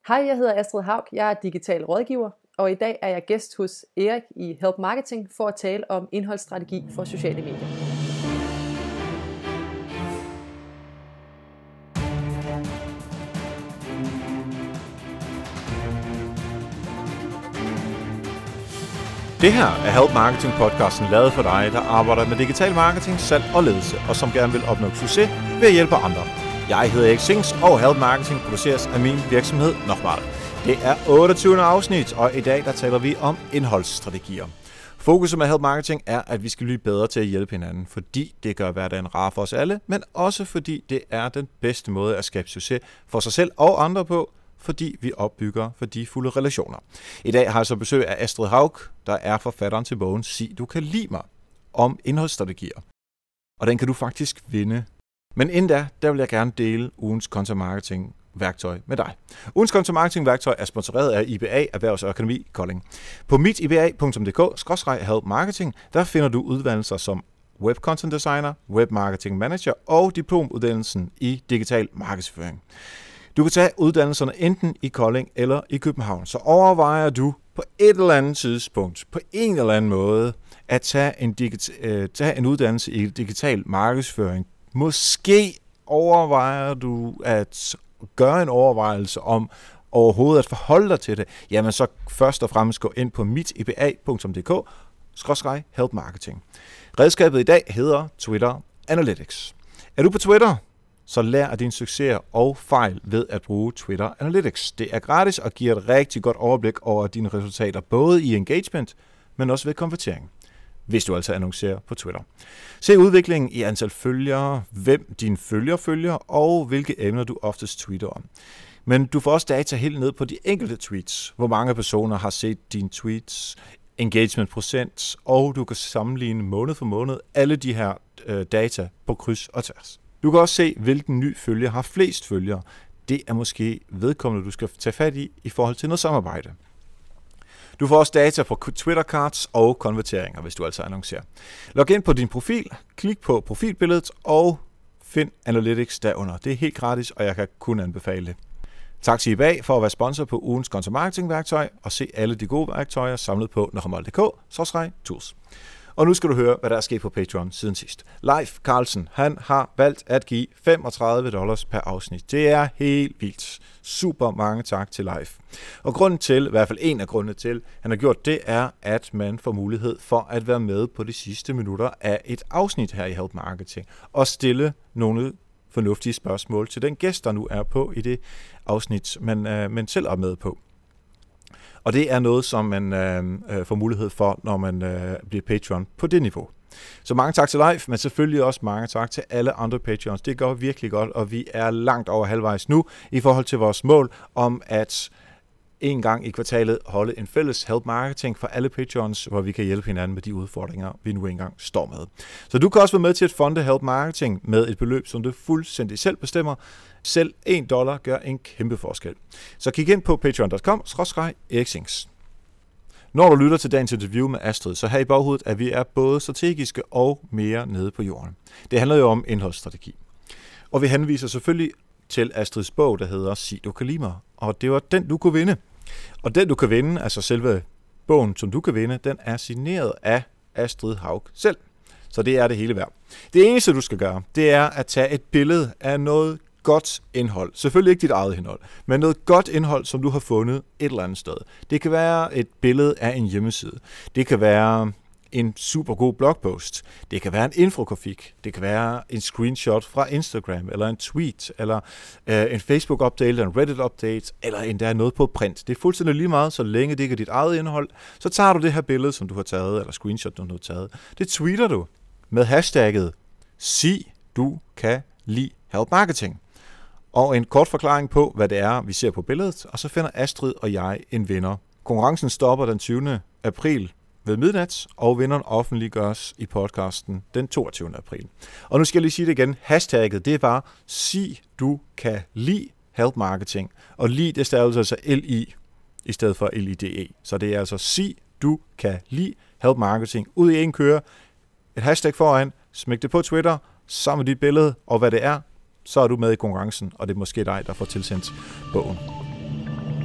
Hej, jeg hedder Astrid Haug, jeg er digital rådgiver, og i dag er jeg gæst hos Erik i Help Marketing for at tale om indholdsstrategi for sociale medier. Det her er Help Marketing podcasten lavet for dig, der arbejder med digital marketing, salg og ledelse, og som gerne vil opnå succes ved at hjælpe andre. Jeg hedder Erik Sings, og Help Marketing produceres af min virksomhed Nochmal. Det er 28. afsnit, og i dag der taler vi om indholdsstrategier. Fokuset med Help Marketing er, at vi skal blive bedre til at hjælpe hinanden, fordi det gør hverdagen rar for os alle, men også fordi det er den bedste måde at skabe succes for sig selv og andre på, fordi vi opbygger værdifulde relationer. I dag har jeg så besøg af Astrid Haug, der er forfatteren til bogen Sig du kan lide mig, om indholdsstrategier. Og den kan du faktisk vinde. Men inden da vil jeg gerne dele ugens content marketing værktøj med dig. Ugens content marketing værktøj er sponsoreret af IBA Erhvervs- og Økonomi Kolding. På mitiba.dk/helpmarketing, der finder du uddannelser som Web Content Designer, Web Marketing Manager og diplomuddannelsen i digital markedsføring. Du kan tage uddannelserne enten i Kolding eller i København, så overvejer du på et eller andet tidspunkt, på en eller anden måde, at tage en uddannelse i digital markedsføring. Måske overvejer du at gøre en overvejelse om overhovedet at forholde dig til det, jamen så først og fremmest gå ind på mitiba.dk/helpmarketing. Redskabet i dag hedder Twitter Analytics. Er du på Twitter? Så lær af dine succeser og fejl ved at bruge Twitter Analytics. Det er gratis og giver et rigtig godt overblik over dine resultater, både i engagement, men også ved konvertering, hvis du altså annoncerer på Twitter. Se udviklingen i antal følgere, hvem dine følgere følger, og hvilke emner du oftest tweeter om. Men du får også data helt ned på de enkelte tweets, hvor mange personer har set dine tweets, engagement procent, og du kan sammenligne måned for måned alle de her data på kryds og tværs. Du kan også se, hvilken ny følger har flest følgere. Det er måske vedkommende, du skal tage fat i forhold til noget samarbejde. Du får også data på Twitter cards og konverteringer, hvis du altså annoncerer. Log ind på din profil, klik på profilbilledet og find Analytics derunder. Det er helt gratis, og jeg kan kun anbefale det. Tak til IBA for at være sponsor på ugens content marketing værktøj og se alle de gode værktøjer samlet på nochmal.dk/tools. Og nu skal du høre, hvad der er sket på Patreon siden sidst. Leif Carlsen, han har valgt at give $35 per afsnit. Det er helt vildt. Super mange tak til Leif. Og grunden til, i hvert fald en af grundene til, han har gjort det, er, at man får mulighed for at være med på de sidste minutter af et afsnit her i Help Marketing og stille nogle fornuftige spørgsmål til den gæst, der nu er på i det afsnit, man selv er med på. Og det er noget, som man får mulighed for, når man bliver Patreon på det niveau. Så mange tak til Leif, men selvfølgelig også mange tak til alle andre Patreons. Det går virkelig godt, og vi er langt over halvvejs nu i forhold til vores mål om at en gang i kvartalet holde en fælles Help Marketing for alle Patreons, hvor vi kan hjælpe hinanden med de udfordringer, vi nu engang står med. Så du kan også være med til at funde Help Marketing med et beløb, som du fuldstændig selv bestemmer. Selv $1 gør en kæmpe forskel. Så kig ind på patreon.com/eriksings. Når du lytter til dagens interview med Astrid, så her i baghovedet, at vi er både strategiske og mere nede på jorden. Det handler jo om indholdsstrategi. Og vi henviser selvfølgelig til Astrids bog, der hedder Sig du kan lide mig. Og det var den, du kunne vinde. Og den, du kan vinde, altså selve bogen, som du kan vinde, den er signeret af Astrid Haug selv. Så det er det hele værd. Det eneste, du skal gøre, det er at tage et billede af noget godt indhold. Selvfølgelig ikke dit eget indhold, men noget godt indhold, som du har fundet et eller andet sted. Det kan være et billede af en hjemmeside. Det kan være en super god blogpost. Det kan være en infografik. Det kan være en screenshot fra Instagram, eller en tweet, eller en Facebook-update, eller en Reddit-update, eller endda noget på print. Det er fuldstændig lige meget, så længe det ikke er dit eget indhold. Så tager du det her billede, som du har taget, eller screenshot, du har taget. Det tweeter du med hashtagget Sig du kan lide Help Marketing. Og en kort forklaring på, hvad det er, vi ser på billedet, og så finder Astrid og jeg en vinder. Konkurrencen stopper den 20. april ved midnat, og vinderen offentliggøres i podcasten den 22. april. Og nu skal jeg lige sige det igen. Hashtagget, det var Sig du kan lide Help Marketing. Og lide, det staves altså L-I i stedet for L-I-D-E. Så det er altså Sig du kan lide Help Marketing. Ud i en køre, et hashtag foran, smæk det på Twitter, sammen med dit billede, og hvad det er, så er du med i konkurrencen, og det er måske dig, der får tilsendt bogen.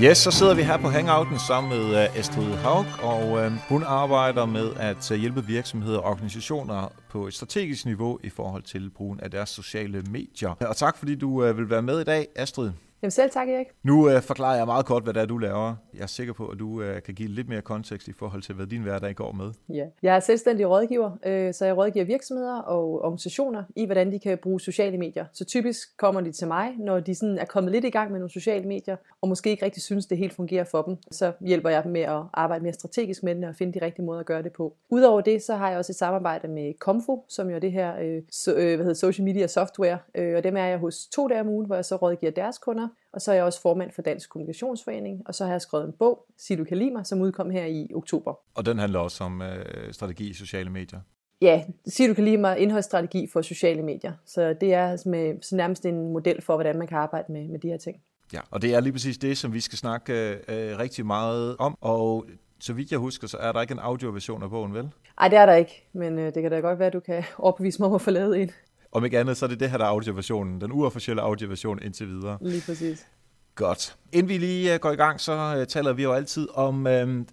Yes, så sidder vi her på Hangouten sammen med Astrid Haug, og hun arbejder med at hjælpe virksomheder og organisationer på et strategisk niveau i forhold til brugen af deres sociale medier. Og tak fordi du vil være med i dag, Astrid. Jamen selv tak, Erik. Nu forklarer jeg meget kort, hvad det er, du laver. Jeg er sikker på, at du kan give lidt mere kontekst i forhold til, hvad din hverdag går med. Ja. Jeg er selvstændig rådgiver, så jeg rådgiver virksomheder og organisationer i, hvordan de kan bruge sociale medier. Så typisk kommer de til mig, når de sådan er kommet lidt i gang med nogle sociale medier, og måske ikke rigtig synes, det helt fungerer for dem. Så hjælper jeg dem med at arbejde mere strategisk med det og finde de rigtige måder at gøre det på. Udover det, så har jeg også et samarbejde med Komfo, som jo er det her social media software. Og dem er jeg hos 2 dage om ugen, hvor jeg så rådgiver deres kunder. Og så er jeg også formand for Dansk Kommunikationsforening, og så har jeg skrevet en bog, Sig du kan lide mig, som udkom her i oktober. Og den handler også om strategi i sociale medier? Ja, Sig du kan lide mig, indholdsstrategi for sociale medier. Så det er så nærmest en model for, hvordan man kan arbejde med de her ting. Ja, og det er lige præcis det, som vi skal snakke rigtig meget om, og så vidt jeg husker, så er der ikke en audioversion af bogen, vel? Nej, det er der ikke, men det kan da godt være, at du kan overbevise mig om at få lavet en. Om ikke andet, så er det her, der er audioversionen, den uofficielle audioversion indtil videre. Lige præcis. Godt. Inden vi lige går i gang, så taler vi jo altid om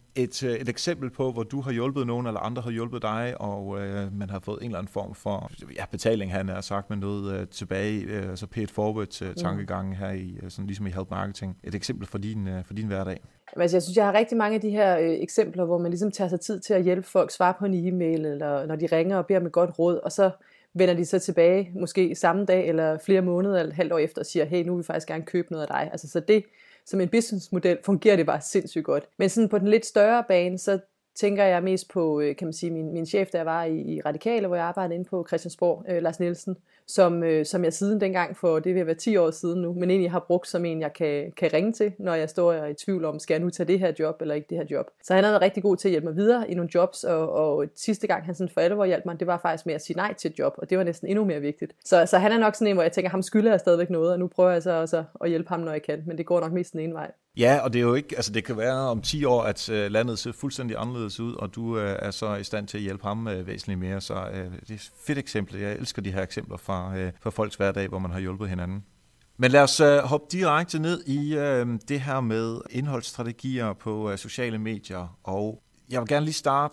et eksempel på, hvor du har hjulpet nogen, eller andre har hjulpet dig, og man har fået en eller anden form for betaling, han har sagt, med noget tilbage, altså paid forward tankegangen her i, sådan ligesom i Help Marketing. Et eksempel for din hverdag. Altså, jeg synes, jeg har rigtig mange af de her eksempler, hvor man ligesom tager sig tid til at hjælpe folk, svare på en e-mail, eller når de ringer og beder om et godt råd, og så vender de så tilbage, måske samme dag, eller flere måneder, eller et halvt år efter, og siger, hey, nu vil vi faktisk gerne købe noget af dig. Altså, så det, som en businessmodel, fungerer det bare sindssygt godt. Men sådan på den lidt større bane, så tænker jeg mest på, kan man sige, min chef, der var i Radikale, hvor jeg arbejdede inde på Christiansborg, Lars Nielsen, som jeg siden dengang, for det vil være 10 år siden nu, men egentlig har brugt som en, jeg kan ringe til, når jeg står i tvivl om, skal jeg nu tage det her job, eller ikke det her job. Så han har været rigtig god til at hjælpe mig videre i nogle jobs, og sidste gang han sådan for alvor hjalp mig, det var faktisk med at sige nej til et job, og det var næsten endnu mere vigtigt. Så han er nok sådan en, hvor jeg tænker, ham skylder jeg stadigvæk noget, og nu prøver jeg så også at hjælpe ham, når jeg kan, men det går nok mest den ene vej. Ja, og det er jo ikke, altså det kan være om 10 år, at landet ser fuldstændig anderledes ud, og du er så i stand til at hjælpe ham væsentligt mere, så det er et fedt eksempel. Jeg elsker de her eksempler fra folks hverdag, hvor man har hjulpet hinanden. Men lad os hoppe direkte ned i det her med indholdsstrategier på sociale medier, og jeg vil gerne lige starte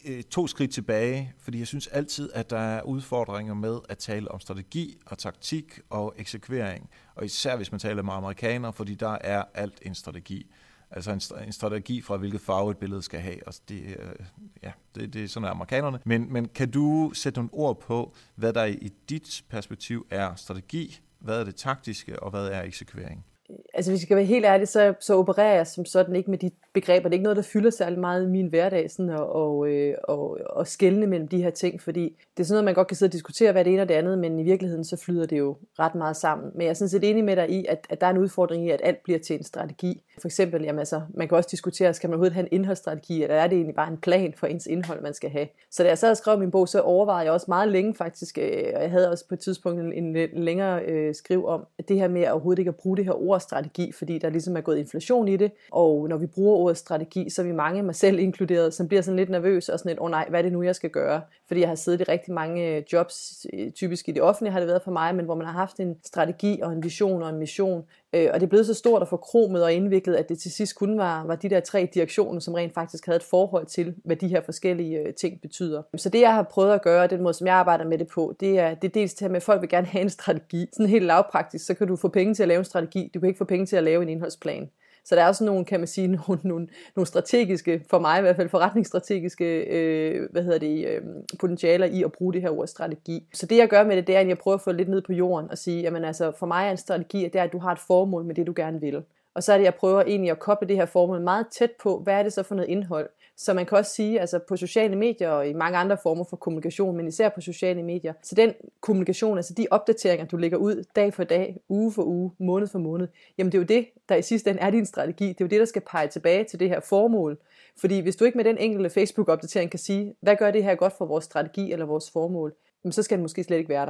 2 skridt tilbage, fordi jeg synes altid, at der er udfordringer med at tale om strategi og taktik og eksekvering, og især hvis man taler med amerikanere, fordi der er alt en strategi. Altså en strategi fra, hvilket farve et billede skal have. Altså det er sådan, amerikanerne. Men kan du sætte nogle ord på, hvad der i dit perspektiv er strategi, hvad er det taktiske, og hvad er eksekvering? Altså hvis jeg skal være helt ærlig, så opererer jeg som sådan ikke med de begreber. Det er ikke noget, der fylder særlig meget i min hverdag, sådan og skelne mellem de her ting, fordi det er sådan noget, man godt kan sidde og diskutere, hvad det ene og det andet, men i virkeligheden så flyder det jo ret meget sammen. Men jeg er sådan set enig med dig i, at der er en udfordring i, at alt bliver til en strategi. For eksempel, jamen altså, man kan også diskutere, skal man overhovedet have en indholdsstrategi, eller er det egentlig bare en plan for ens indhold, man skal have. Så da jeg sad og skrev min bog, så overvejede jeg også meget længe faktisk, og jeg havde også på et tidspunkt en længere skriv om, at det her med at overhovedet ikke at bruge det her ord strategi, fordi der ligesom er gået inflation i det, og når vi bruger ordet strategi, så er vi mange, mig selv inkluderet, som bliver sådan lidt nervøs og sådan lidt, nej, hvad er det nu, jeg skal gøre? Fordi jeg har siddet i rigtig mange jobs, typisk i det offentlige har det været for mig, men hvor man har haft en strategi og en vision og en mission, og det er blevet så stort og forkromet og indviklet, at det til sidst kun var de der 3 direktioner, som rent faktisk havde et forhold til, hvad de her forskellige ting betyder. Så det, jeg har prøvet at gøre, den måde, som jeg arbejder med det på, det er dels til, at folk vil gerne have en strategi. Sådan helt lavpraktisk, så kan du få penge til at lave en strategi, du kan ikke få penge til at lave en indholdsplan. Så der er også nogle, kan man sige, nogle strategiske, for mig i hvert fald forretningsstrategiske, potentialer i at bruge det her ord strategi. Så det jeg gør med det, det er, at jeg prøver at få lidt ned på jorden og sige, jamen altså, for mig er en strategi, at det er, at du har et formål med det, du gerne vil. Og så er det, jeg prøver egentlig at koble det her formål meget tæt på, hvad er det så for noget indhold. Så man kan også sige, altså på sociale medier og i mange andre former for kommunikation, men især på sociale medier, så den kommunikation, altså de opdateringer, du lægger ud dag for dag, uge for uge, måned for måned, jamen det er jo det, der i sidste ende er din strategi. Det er jo det, der skal pege tilbage til det her formål. Fordi hvis du ikke med den enkelte Facebook-opdatering kan sige, hvad gør det her godt for vores strategi eller vores formål, jamen så skal den måske slet ikke være der.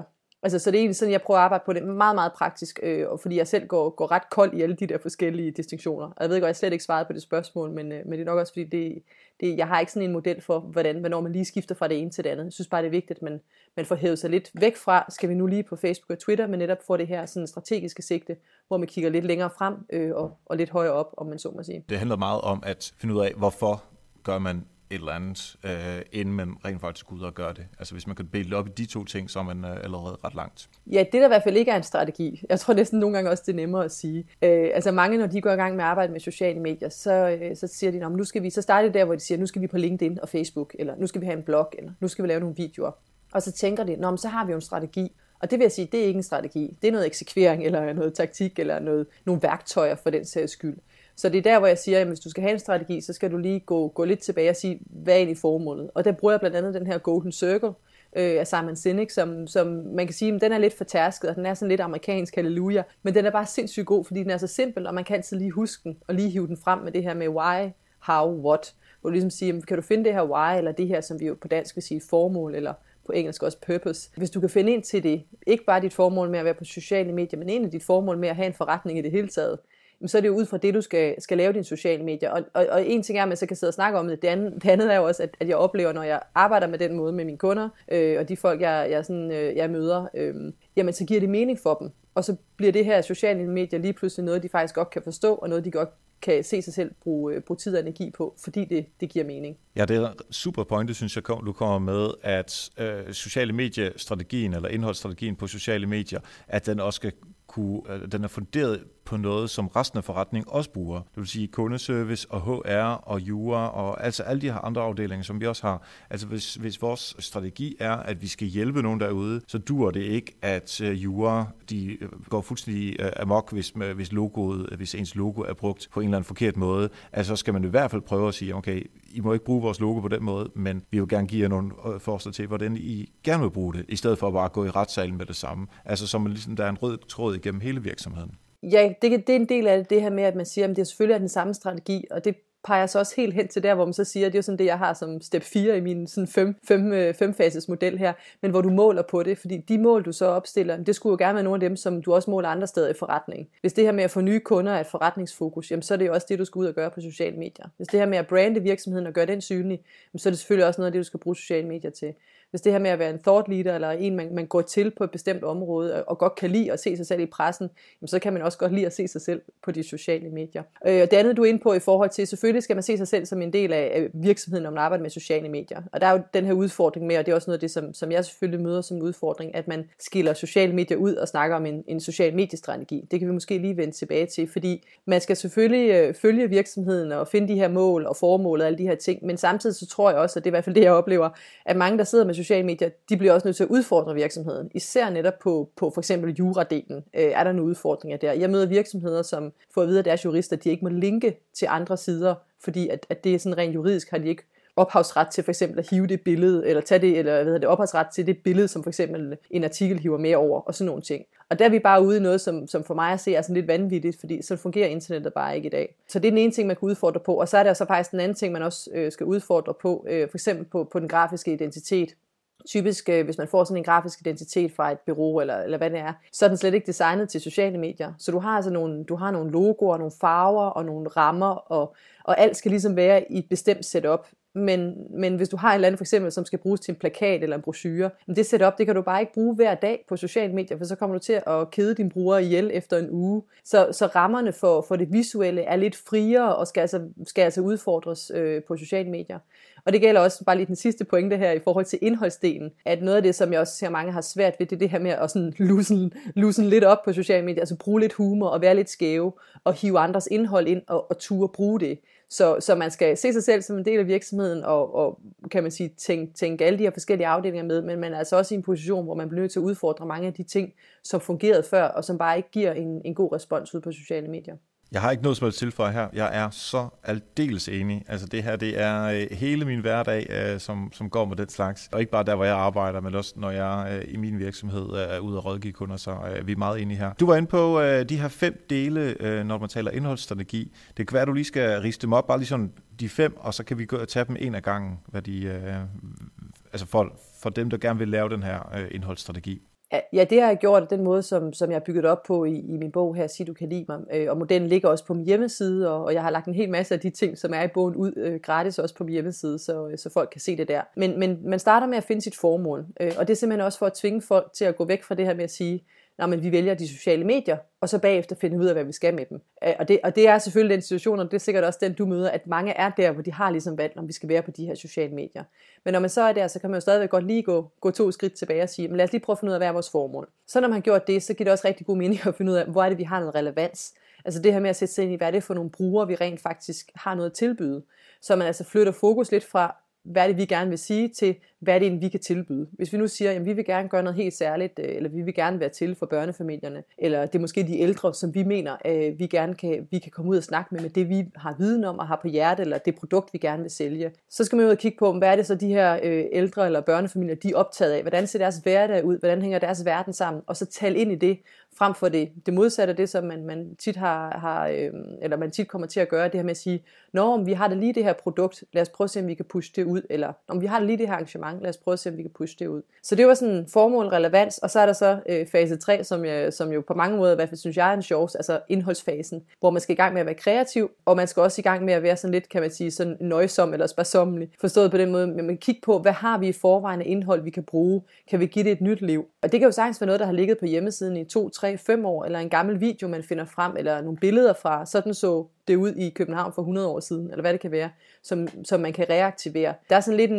Altså, så det er egentlig sådan, jeg prøver at arbejde på det meget, meget praktisk, og fordi jeg selv går ret kold i alle de der forskellige distinktioner. Og jeg ved godt, jeg slet ikke svarede på det spørgsmål, men det er nok også, fordi jeg har ikke sådan en model for, hvornår man lige skifter fra det ene til det andet. Jeg synes bare, det er vigtigt, at man får hævet sig lidt væk fra, skal vi nu lige på Facebook og Twitter, men netop får det her sådan strategiske sigte, hvor man kigger lidt længere frem og lidt højere op, om man så må sige. Det handler meget om at finde ud af, hvorfor gør man et eller andet, inden man rent faktisk går ud og gør det. Altså hvis man kan dele op i de to ting, så er man allerede ret langt. Ja, det der i hvert fald ikke er en strategi. Jeg tror næsten nogle gange også, det er nemmere at sige. Altså mange, når de går i gang med at arbejde med sociale medier, så siger de, nu skal vi så starte der, hvor de siger, nu skal vi på LinkedIn og Facebook, eller nu skal vi have en blog, eller nu skal vi lave nogle videoer. Og så tænker de, så har vi jo en strategi. Og det vil jeg sige, det er ikke en strategi. Det er noget eksekvering, eller noget taktik, eller nogle værktøjer for den sags skyld. Så det er der, hvor jeg siger, at hvis du skal have en strategi, så skal du lige gå lidt tilbage og sige, hvad er egentlig formålet? Og der bruger jeg blandt andet den her Golden Circle af Simon Sinek, som man kan sige, den er lidt fortærsket, og den er sådan lidt amerikansk halleluja, men den er bare sindssygt god, fordi den er så simpel, og man kan altid lige huske den, og lige hive den frem med det her med why, how, what, hvor du ligesom siger, kan du finde det her why, eller det her, som vi jo på dansk vil sige formål, eller på engelsk også purpose. Hvis du kan finde ind til det, ikke bare dit formål med at være på sociale medier, men egentlig dit formål med at have en forretning i det hele taget, så er det jo ud fra det, du skal lave dine sociale medier. Og en ting er, at man så kan sidde og snakke om det. Det andet er jo også, at jeg oplever, når jeg arbejder med den måde med mine kunder, og de folk, jeg møder, jamen så giver det mening for dem. Og så bliver det her sociale medier lige pludselig noget, de faktisk godt kan forstå, og noget, de godt kan se sig selv bruge tid og energi på, fordi det giver mening. Ja, det er super pointe, synes jeg, du kommer med, at sociale mediestrategien, eller indholdsstrategien på sociale medier, at den også skal den er funderet på noget, som resten af forretningen også bruger. Det vil sige kundeservice og HR og jura og altså alle de her andre afdelinger, som vi også har. Altså hvis vores strategi er, at vi skal hjælpe nogen derude, så duer det ikke, at jura de går fuldstændig amok, hvis ens logo er brugt på en eller anden forkert måde. Altså så skal man i hvert fald prøve at sige, okay, I må ikke bruge vores logo på den måde, men vi vil gerne give jer nogle forslag til, hvordan I gerne vil bruge det, i stedet for at bare gå i retssalen med det samme. Altså som ligesom der er en rød tråd igennem hele virksomheden. Ja, det er en del af det her med, at man siger, at det selvfølgelig er den samme strategi, og det peger så også helt hen til der, hvor man så siger, at det er jo sådan det, jeg har som step 4 i min sådan femfases model her, men hvor du måler på det, fordi de mål, du så opstiller, det skulle jo gerne være nogle af dem, som du også måler andre steder i forretning. Hvis det her med at få nye kunder er et forretningsfokus, jamen så er det jo også det, du skal ud og gøre på sociale medier. Hvis det her med at brande virksomheden og gøre den synlig, jamen så er det selvfølgelig også noget af det, du skal bruge sociale medier til. Hvis det her med at være en thought leader, eller en, man går til på et bestemt område, og godt kan lide at se sig selv i pressen, så kan man også godt lide at se sig selv på de sociale medier. Og det andet, du er inde på i forhold til, selvfølgelig skal man se sig selv som en del af virksomheden, når man arbejder med sociale medier. Og der er jo den her udfordring med, og det er også noget af det, som jeg selvfølgelig møder som udfordring, at man skiller sociale medier ud og snakker om en social mediestrategi. Det kan vi måske lige vende tilbage til, fordi man skal selvfølgelig følge virksomheden og finde de her mål og formål og alle de her ting, men samtidig så tror jeg også, og det er i hvert fald det, jeg oplever, at mange, der sidder med sociale medier, de bliver også nødt til at udfordre virksomheden. Især netop på for eksempel juradelen. Er der nogle udfordringer der? Jeg møder virksomheder, som får at vide af deres jurister, at de ikke må linke til andre sider, fordi at det er sådan rent juridisk, har de ikke ophavsret til for eksempel at hive det billede, eller tage det, eller ophavsret til det billede, som for eksempel en artikel hiver med over, og sådan nogle ting. Og der er vi bare ude i noget, som for mig at se er sådan lidt vanvittigt, fordi så fungerer internettet bare ikke i dag. Så det er den ene ting, man kan udfordre på, og så er der så faktisk den anden ting, man også skal udfordre på, for eksempel på den grafiske identitet. Typisk, hvis man får sådan en grafisk identitet fra et bureau, eller hvad det er, så er den slet ikke designet til sociale medier. Så du har altså nogle logoer, nogle farver og nogle rammer, og alt skal ligesom være i et bestemt setup. Men hvis du har en eller anden for eksempel, som skal bruges til en plakat eller en brochure, det setup, det kan du bare ikke bruge hver dag på sociale medier, for så kommer du til at kede dine brugere ihjel efter en uge. Så rammerne for det visuelle er lidt friere og skal altså udfordres på sociale medier. Og det gælder også bare lige den sidste pointe her i forhold til indholdsdelen, at noget af det, som jeg også ser mange har svært ved, det er det her med at sådan loosen lidt op på sociale medier, altså bruge lidt humor og være lidt skæve og hive andres indhold ind og ture bruge det. Så man skal se sig selv som en del af virksomheden og kan man sige, tænke alle de her forskellige afdelinger med, men man er altså også i en position, hvor man bliver nødt til at udfordre mange af de ting, som fungerede før, og som bare ikke giver en god respons ud på sociale medier. Jeg har ikke noget som helst tilføje her. Jeg er så aldeles enig. Altså det her, det er hele min hverdag, som går med den slags. Og ikke bare der, hvor jeg arbejder, men også når jeg i min virksomhed er ude og rådgive kunder, så vi er meget enige her. Du var inde på de her 5 dele, når man taler indholdsstrategi. Det kan være, at du lige skal riste dem op, bare lige sådan de 5, og så kan vi gå og tage dem en af gangen, hvad de, altså for dem, der gerne vil lave den her indholdsstrategi. Ja, det har jeg gjort af den måde, som jeg har bygget op på i min bog her, Sig du kan lide mig. Og modellen ligger også på min hjemmeside, og jeg har lagt en hel masse af de ting, som er i bogen ud gratis også på min hjemmeside, så folk kan se det der. Men man starter med at finde sit formål, og det er simpelthen også for at tvinge folk til at gå væk fra det her med at sige, nej, men vi vælger de sociale medier, og så bagefter finde ud af, hvad vi skal med dem. Og det er selvfølgelig den situation, og det er sikkert også den, du møder, at mange er der, hvor de har ligesom valgt, om vi skal være på de her sociale medier. Men når man så er der, så kan man jo stadigvæk godt lige gå 2 skridt tilbage og sige, men lad os lige prøve at finde ud af, hvad er vores formål. Så når man har gjort det, så giver det også rigtig god mening at finde ud af, hvor er det, vi har noget relevans. Altså det her med at sætte sig ind i, hvad er det for nogle brugere, vi rent faktisk har noget at tilbyde. Så man altså flytter fokus lidt fra, hvad er det, vi gerne vil sige, til hvad er det, vi kan tilbyde. Hvis vi nu siger, at vi vil gerne gøre noget helt særligt, eller vi vil gerne være til for børnefamilierne, eller det er måske de ældre, som vi mener, vi kan komme ud og snakke med det, vi har viden om og har på hjerte, eller det produkt, vi gerne vil sælge. Så skal man ud og kigge på, hvad er det så de her ældre eller børnefamilier, de er optaget af. Hvordan ser deres hverdag ud? Hvordan hænger deres verden sammen? Og så tale ind i det, frem for det modsatte af det, som man tit eller man tit kommer til at gøre, det her med at sige, om vi har da lige det her produkt, lad os prøve at se, om vi kan pushe det ud, eller om vi har lige det her arrangement, lad os prøve at se, om vi kan pushe det ud. Så det var sådan formål, relevans, og så er der så fase 3, som jo på mange måder, i hvert fald synes jeg er en sjov, altså indholdsfasen, hvor man skal i gang med at være kreativ, og man skal også i gang med at være sådan lidt, kan man sige, sådan nøjsom eller sparsommelig, forstået på den måde, men man kigger på, hvad har vi i forvejen af indhold, vi kan bruge, kan vi give det et nyt liv, og det kan jo sagtens være noget, der har ligget på hjemmesiden i 2, 3, 5 år, eller en gammel video, man finder frem, eller nogle billeder fra, sådan så det ud i København for 100 år siden, eller hvad det kan være, som man kan reaktivere. Der er sådan lidt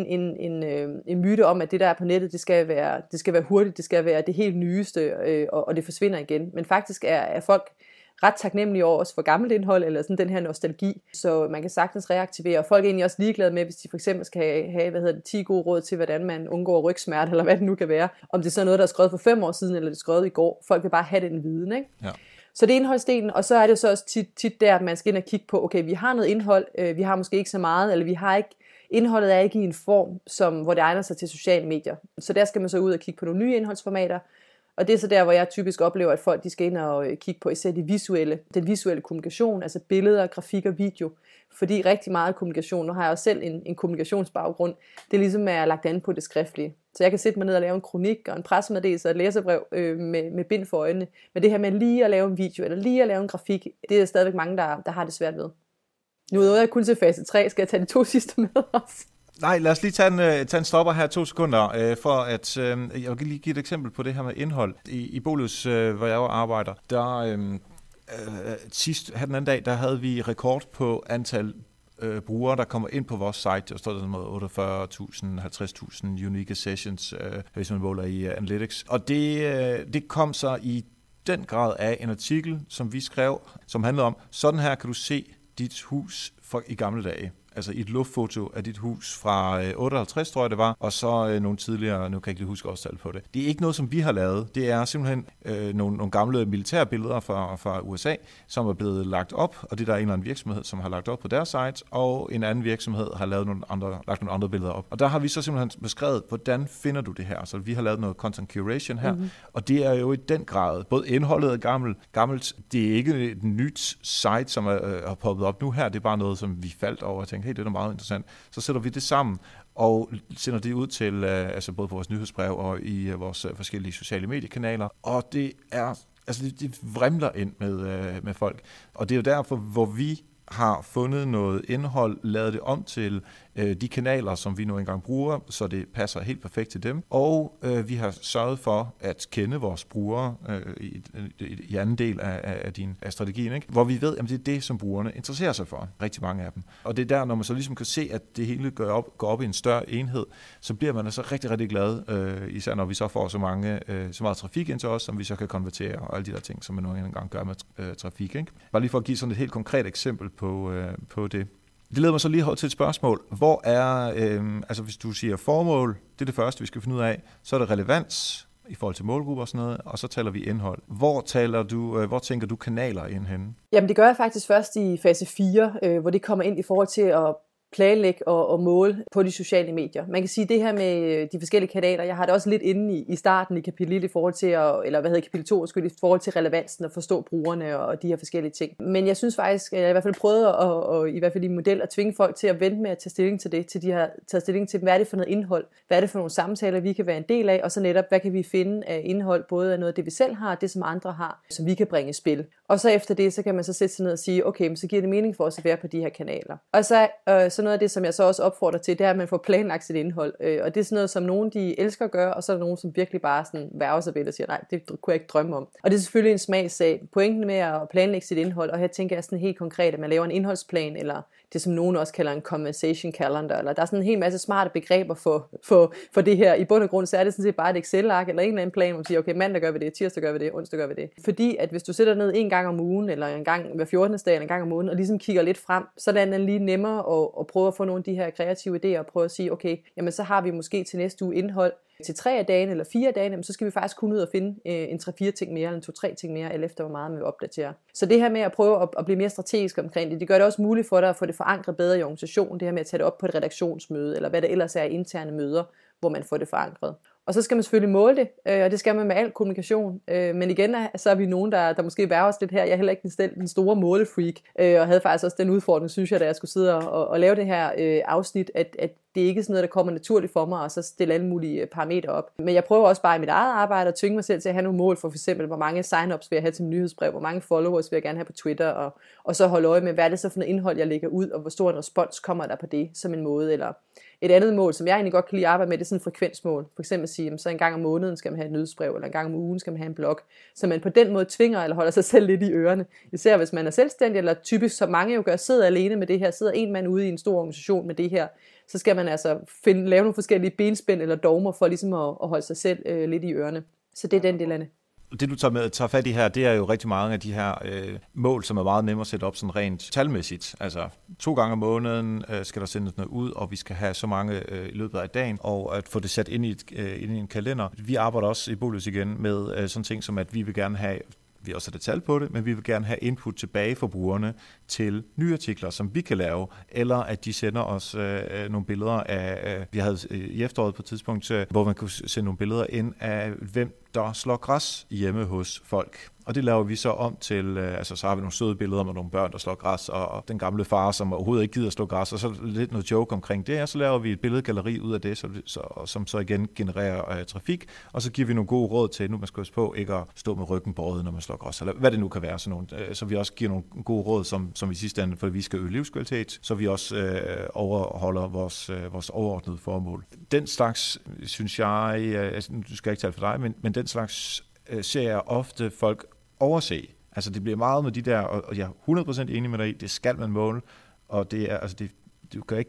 en myte om, at det der er på nettet, det skal være hurtigt, det skal være det helt nyeste, og det forsvinder igen. Men faktisk er folk ret taknemmelige over os for gammelt indhold, eller sådan den her nostalgi, så man kan sagtens reaktivere. Og folk er egentlig også ligeglade med, hvis de for eksempel skal have 10 gode råd til, hvordan man undgår rygsmerte, eller hvad det nu kan være. Om det er så noget, der er skrevet for 5 år siden, eller det er skrevet i går. Folk vil bare have den viden, ikke? Ja. Så det er indholdsdelen, og så er det så også tit der, at man skal ind og kigge på, okay, vi har noget indhold, vi har måske ikke så meget, eller vi har ikke, indholdet er ikke i en form, hvor det egner sig til sociale medier. Så der skal man så ud og kigge på nogle nye indholdsformater, og det er så der, hvor jeg typisk oplever, at folk de skal ind og kigge på især den visuelle kommunikation, altså billeder, grafik og video. Fordi rigtig meget kommunikation, nu har jeg også selv en kommunikationsbaggrund, det ligesom er lagt an på det skriftlige. Så jeg kan sætte mig ned og lave en kronik og en pressemeddelelse og et læserbrev med bind for øjnene. Men det her med lige at lave en video eller lige at lave en grafik, det er stadigvæk mange, der har det svært ved. Nu er jeg kun til fase 3, skal jeg tage de 2 sidste med os? Nej, lad os lige tage en stopper her 2 sekunder, for at jeg vil lige give et eksempel på det her med indhold. I Bolus, hvor jeg arbejder, der den anden dag, der havde vi rekord på antal brugere, der kommer ind på vores site. Der står der med 48.000, 50.000 unique sessions, hvis man måler i Analytics. Og det kom så i den grad af en artikel, som vi skrev, som handlede om, sådan her kan du se dit hus i gamle dage. Altså et luftfoto af dit hus fra 58, tror jeg det var, og så nogle tidligere, nu kan jeg ikke lige huske årstal på det. Det er ikke noget, som vi har lavet. Det er simpelthen nogle gamle militærbilleder fra USA, som er blevet lagt op, og det er der en eller anden virksomhed, som har lagt op på deres site, og en anden virksomhed har lagt nogle andre billeder op. Og der har vi så simpelthen beskrevet, hvordan finder du det her? Så vi har lavet noget content curation her, og det er jo i den grad, både indholdet er gammelt, det er ikke et nyt site, som er poppet op nu her, det er bare noget, som vi faldt over og tænkte, hey, det er meget interessant. Så sætter vi det sammen og sender det ud til altså både på vores nyhedsbrev og i vores forskellige sociale mediekanaler. Og det er det vrimler ind med folk. Og det er jo derfor, hvor vi har fundet noget indhold, lavet det om til de kanaler, som vi nu engang bruger, så det passer helt perfekt til dem. Og vi har sørget for at kende vores brugere i anden del af strategien, ikke? Hvor vi ved, at det er det, som brugerne interesserer sig for. Rigtig mange af dem. Og det er der, når man så ligesom kan se, at det hele går op i en større enhed, så bliver man altså rigtig, rigtig glad, især når vi så får så meget trafik ind til os, som vi så kan konvertere, og alle de der ting, som man nu engang gør med trafik, ikke? Bare lige for at give sådan et helt konkret eksempel på det. Det leder mig så lige til et spørgsmål. Hvor er, altså hvis du siger formål, det er det første, vi skal finde ud af, så er det relevans i forhold til målgrupper og sådan noget, og så taler vi indhold. Hvor tænker du kanaler ind henne? Jamen det gør jeg faktisk først i fase 4, hvor det kommer ind i forhold til at planlægge og måle på de sociale medier. Man kan sige det her med de forskellige kanaler, jeg har det også lidt inde i starten i kapitel 1 i forhold til, kapitel 2, i forhold til relevansen og forstå brugerne og de her forskellige ting. Men jeg synes faktisk, at jeg i hvert fald prøvede at i hvert fald i model at tvinge folk til at vente med at tage stilling til det, til de har taget stilling til, hvad er det for noget indhold, hvad er det for nogle samtaler, vi kan være en del af, og så netop, hvad kan vi finde af indhold, både af noget af det, vi selv har, og det, som andre har, som vi kan bringe i spil. Og så efter det, så kan man så sætte sig ned og sige, okay, men så giver det mening for os at være på de her kanaler. Og så noget af det, som jeg så også opfordrer til, det er, at man får planlagt sit indhold. Og det er sådan noget, som nogen de elsker at gøre, og så er der nogen, som virkelig bare sådan værger sig ved og siger, nej, det kunne jeg ikke drømme om. Og det er selvfølgelig en smagssag. Pointen med at planlægge sit indhold, og her tænker jeg sådan helt konkret, at man laver en indholdsplan, eller det, som nogen også kalder en conversation calendar, eller der er sådan en hel masse smarte begreber for det her. I bund og grund, så er det sådan set bare et Excel-ark, eller en eller anden plan, hvor man siger, okay, mandag gør vi det, tirsdag gør vi det, onsdag gør vi det. Fordi at hvis du sætter ned en gang om ugen, eller en gang hver 14. dag, eller en gang om måneden, og ligesom kigger lidt frem, så er det lige nemmere at prøve at få nogle af de her kreative idéer, og prøve at sige, okay, jamen så har vi måske til næste uge indhold til 3 af dagene eller 4 af dagene, så skal vi faktisk kunne ud og finde en 3-4 ting mere, eller en 2-3 ting mere, eller efter hvor meget man vil opdatere. Så det her med at prøve at blive mere strategisk omkring det, det gør det også muligt for dig at få det forankret bedre i organisationen, det her med at tage det op på et redaktionsmøde, eller hvad det ellers er i interne møder, hvor man får det forankret. Og så skal man selvfølgelig måle det, og det skal man med al kommunikation. Men igen, så er vi nogen, der måske værger os lidt her. Jeg er heller ikke den store målefreak, og havde faktisk også den udfordring, synes jeg, da jeg skulle sidde og lave det her afsnit, at det er ikke sådan noget, der kommer naturligt for mig, og så stille alle mulige parametre op. Men jeg prøver også bare i mit eget arbejde at tvinge mig selv til at have nogle mål for eksempel, hvor mange sign-ups vil jeg have til nyhedsbrev, hvor mange followers vil jeg gerne have på Twitter, og så holde øje med, hvad er det så for noget indhold, jeg lægger ud, og hvor stor en respons kommer der på det som en måde. Eller et andet mål, som jeg egentlig godt kan lide at arbejde med, det er sådan et frekvensmål. For eksempel sige, så en gang om måneden skal man have et nyhedsbrev, eller en gang om ugen skal man have en blog. Så man på den måde tvinger eller holder sig selv lidt i ørerne. Især hvis man er selvstændig, eller typisk, som mange jo gør, sidder alene med det her, sidder en mand ude i en stor organisation med det her, så skal man altså lave nogle forskellige benspænd eller dogmer for ligesom at holde sig selv lidt i ørerne. Så det er den del af det. Det du tager fat i her, det er jo rigtig mange af de her mål, som er meget nemmere at sætte op sådan rent talmæssigt. Altså 2 gange om måneden skal der sendes noget ud, og vi skal have så mange i løbet af dagen, og at få det sat ind i en kalender. Vi arbejder også i Bolus igen med sådan ting som, at vi vil gerne have, vi også har det tal på det, men vi vil gerne have input tilbage fra brugerne til nye artikler, som vi kan lave, eller at de sender os nogle billeder af, vi havde i efteråret på et tidspunkt, hvor man kunne sende nogle billeder ind af, hvem der slår græs hjemme hos folk. Og det laver vi så om til, så har vi nogle søde billeder med nogle børn, der slår græs, og den gamle far, som overhovedet ikke gider at slå græs, og så lidt noget joke omkring det, og så laver vi et billedgalleri ud af det, som så igen genererer trafik, og så giver vi nogle gode råd til, nu man skal huske på ikke at stå med ryggen bøjet, når man slår græs, eller hvad det nu kan være, sådan nogle, så vi også giver nogle gode råd, som i sidste ende, for vi skal øge livskvalitet, så vi også overholder vores overordnede formål. Den slags, synes jeg, du skal ikke tale for dig, men den slags ser jeg ofte folk overse. Altså det bliver meget med de der, og jeg er 100% enig med dig i, det skal man måle, og det er, altså du kan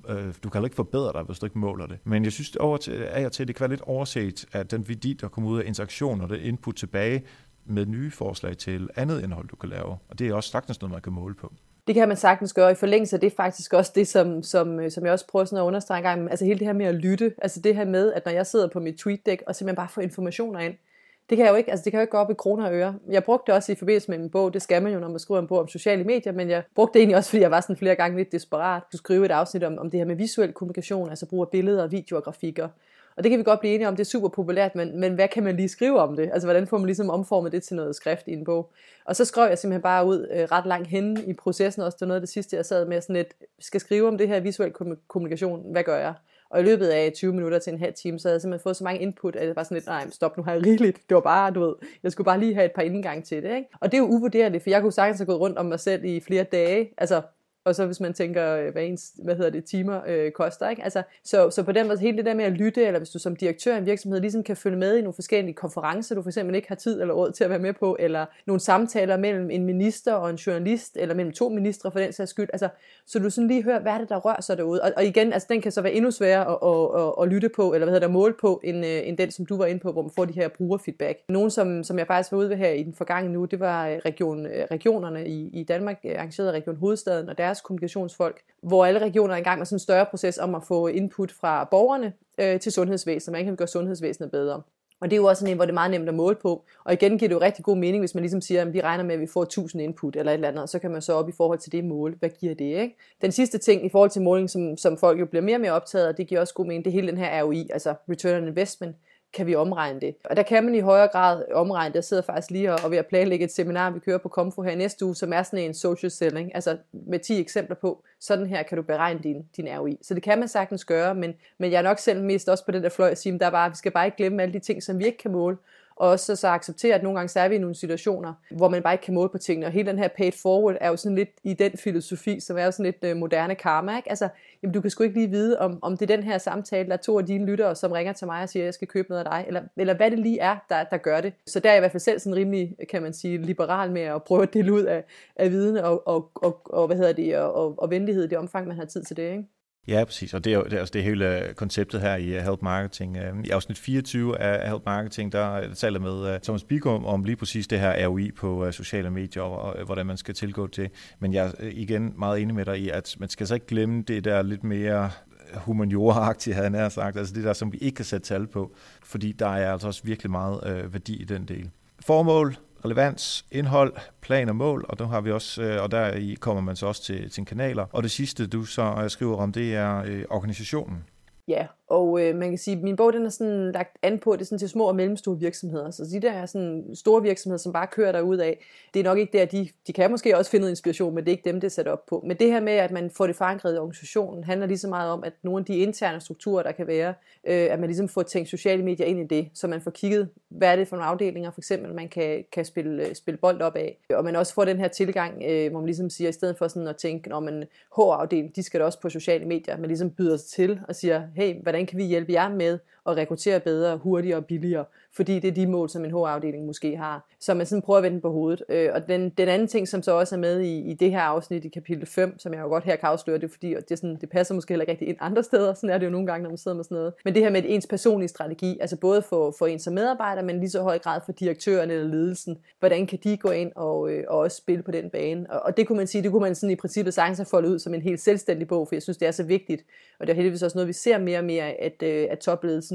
ikke forbedre dig, hvis du ikke måler det. Men jeg synes af og til, det kan være lidt overset, at den værdi, der kommer ud af interaktion og det input tilbage med nye forslag til andet indhold, du kan lave. Og det er også sagtens noget, man kan måle på. Det kan man sagtens gøre. I forlængelse af det er faktisk også det, som jeg også prøver sådan at understrege en gang. Altså hele det her med at lytte. Altså det her med, at når jeg sidder på mit tweetdeck og simpelthen bare får informationer ind, det kan jeg jo ikke, altså det kan jo ikke gå op i kroner og øre. Jeg brugte det også i forbindelse med min bog, det skal man jo, når man skriver en bog om sociale medier, men jeg brugte det egentlig også, fordi jeg var sådan flere gange lidt desperat. Du skrive et afsnit om det her med visuel kommunikation, altså brug af billeder, videoer og grafikker. Og det kan vi godt blive enige om, det er super populært, men hvad kan man lige skrive om det? Altså hvordan får man ligesom omformet det til noget skrift i en bog? Og så skrev jeg simpelthen bare ud ret langt henne i processen, også det var noget af det sidste, jeg sad med, sådan et, skal skrive om det her visuel kommunikation, hvad gør jeg? Og i løbet af 20 minutter til en halv time, så havde jeg simpelthen fået så mange input, at jeg var sådan lidt, nej, stop, nu har jeg rigeligt. Det var bare, jeg skulle bare lige have et par indgang til det, ikke? Og det er jo uvurderligt, for jeg kunne sagtens have gået rundt om mig selv i flere dage, altså, og så hvis man tænker, hvad timer koster, ikke? Altså, så på den måde, hele det der med at lytte, eller hvis du som direktør i en virksomhed ligesom kan følge med i nogle forskellige konferencer, du for eksempel ikke har tid eller råd til at være med på, eller nogle samtaler mellem en minister og en journalist, eller mellem 2 ministre for den sags skyld, altså, så du sådan lige hører, hvad er det, der rører sig derude. Og igen, altså den kan så være endnu sværere at lytte på, eller måle på, end den, som du var inde på, hvor man får de her brugerfeedback. Nogle, som jeg faktisk var ude ved her i den forgangne uge, det var regionerne i Danmark, arrangeret af Region Hovedstaden, og deres kommunikationsfolk, hvor alle regioner er i gang med sådan en større proces om at få input fra borgerne til sundhedsvæsenet, man kan gøre sundhedsvæsenet bedre. Og det er jo også sådan en, hvor det er meget nemt at måle på. Og igen giver det jo rigtig god mening, hvis man ligesom siger, at vi regner med, at vi får 1000 input eller et eller andet, og så kan man så op i forhold til det måle. Hvad giver det, ikke? Den sidste ting i forhold til måling, som folk jo bliver mere og mere optaget, og det giver også god mening, det er hele den her ROI, altså Return on Investment. Kan vi omregne det? Og der kan man i højere grad omregne det. Jeg sidder faktisk lige og ved at planlægge et seminar, vi kører på Komfo her næste uge, som er sådan en social selling, altså med 10 eksempler på, sådan her kan du beregne din ROI. Så det kan man sagtens gøre, men jeg er nok selv mest også på den der fløj at sige, vi skal bare ikke glemme alle de ting, som vi ikke kan måle, og også så acceptere, at nogle gange så er vi i nogle situationer, hvor man bare ikke kan måle på tingene, og hele den her paid forward er jo sådan lidt i den filosofi, som er jo sådan lidt moderne karma, ikke? Altså, jamen, du kan sgu ikke lige vide, om det er den her samtale, der er 2 af dine lyttere, som ringer til mig og siger, at jeg skal købe noget af dig, eller hvad det lige er, der gør det. Så der er jeg i hvert fald selv sådan rimelig, kan man sige, liberal med at prøve at dele ud af viden og venlighed i det omfang, man har tid til det, ikke? Ja, præcis. Og det er jo det hele konceptet her i Help Marketing. I afsnit 24 af Help Marketing, der taler med Thomas Bigum om lige præcis det her ROI på sociale medier, og hvordan man skal tilgå det. Men jeg er igen meget enig med dig i, at man skal så ikke glemme det der lidt mere humaniora-agtigt, havde jeg nær sagt. Altså det der, som vi ikke kan sætte tal på, fordi der er altså også virkelig meget værdi i den del. Formål, relevans, indhold, plan og mål, og der har vi også, og der kommer man så også til kanaler. Og det sidste, du så skriver om, det er organisationen. Ja, og man kan sige, at min bog den er sådan lagt an på, det er sådan til små og mellemstore virksomheder. Så de der er sådan store virksomheder, som bare kører derud af, det er nok ikke der, de kan måske også finde inspiration, men det er ikke dem, det er sat op på. Men det her med, at man får det forankret i organisationen, handler lige så meget om, at nogle af de interne strukturer, der kan være, at man ligesom får tænkt sociale medier ind i det, så man får kigget, hvad er det for nogle afdelinger, for eksempel, man kan spille bold op af. Og man også får den her tilgang, hvor man ligesom siger, i stedet for sådan at tænke, når man HR-afdeling, de skal da også på sociale medier, man ligesom byder sig til og siger, hey, hvordan kan vi hjælpe jer med at rekruttere bedre, hurtigere og billigere, fordi det er de mål, som en HR-afdeling måske har. Så man sådan prøver at vende på hovedet. Og den anden ting, som så også er med i det her afsnit i kapitel 5, som jeg jo godt her kan afsløre, det er fordi, det passer måske heller ikke rigtig ind andre steder, sådan er det jo nogle gange, når man sidder med sådan noget. Men det her med ens personlige strategi, altså både for en som medarbejder, men lige så høj grad for direktøren eller ledelsen, hvordan kan de gå ind og også spille på den bane. Og det kunne man sige, det kunne man sådan i princippet sagtens have foldet ud som en helt selvstændig bog, for jeg synes, det er så vigtigt. Og det er heldigvis også noget, vi ser mere og mere, at topledelsen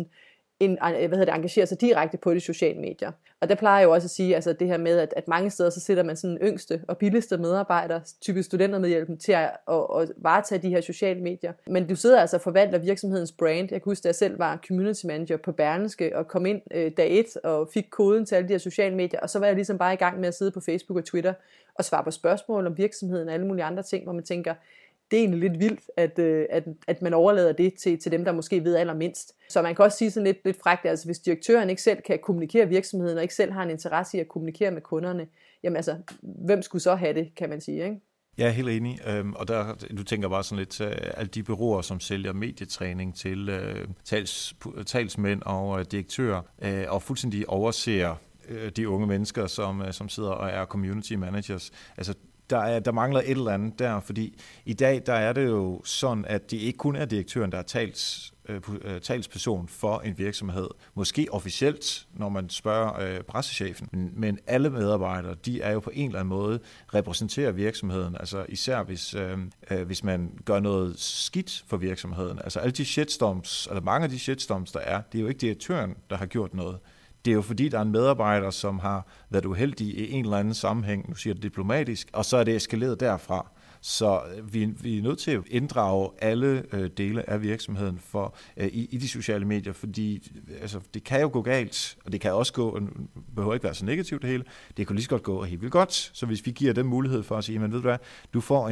engagerer sig direkte på de sociale medier. Og der plejer jeg jo også at sige, altså det her med, at mange steder så sætter man sådan yngste og billigste medarbejdere, typisk studentermedhjælpen, til at varetage de her sociale medier. Men du sidder altså og forvalter virksomhedens brand. Jeg kan huske, at jeg selv var community manager på Berlingske og kom ind dag 1 og fik koden til alle de her sociale medier, og så var jeg ligesom bare i gang med at sidde på Facebook og Twitter og svare på spørgsmål om virksomheden og alle mulige andre ting, hvor man tænker, det er egentlig lidt vildt, at man overlader det til dem, der måske ved allermindst. Så man kan også sige sådan lidt frækt, altså hvis direktøren ikke selv kan kommunikere virksomheden, og ikke selv har en interesse i at kommunikere med kunderne, jamen altså, hvem skulle så have det, kan man sige, ikke? Jeg er helt enig, og du tænker bare sådan lidt alle de bureauer, som sælger medietræning til talsmænd og direktører, og fuldstændig overser de unge mennesker, som sidder og er community managers. Altså der mangler et eller andet der, fordi i dag der er det jo sådan, at det ikke kun er direktøren, der er talsperson for en virksomhed. Måske officielt, når man spørger pressechefen, men alle medarbejdere, de er jo på en eller anden måde repræsenterer virksomheden, altså især hvis man gør noget skidt for virksomheden. Altså alle de shitstorms, eller mange af de shitstorms, der er, det er jo ikke direktøren, der har gjort noget. Det er jo fordi, der er en medarbejder, som har været uheldig i en eller anden sammenhæng, nu siger det diplomatisk, og så er det eskaleret derfra. Så vi er nødt til at inddrage alle dele af virksomheden i de sociale medier, fordi altså, det kan jo gå galt, og det kan også gå, behøver ikke være så negativt det hele, det kan lige så godt gå helt vildt godt. Så hvis vi giver dem mulighed for at sige, men ved du hvad, du får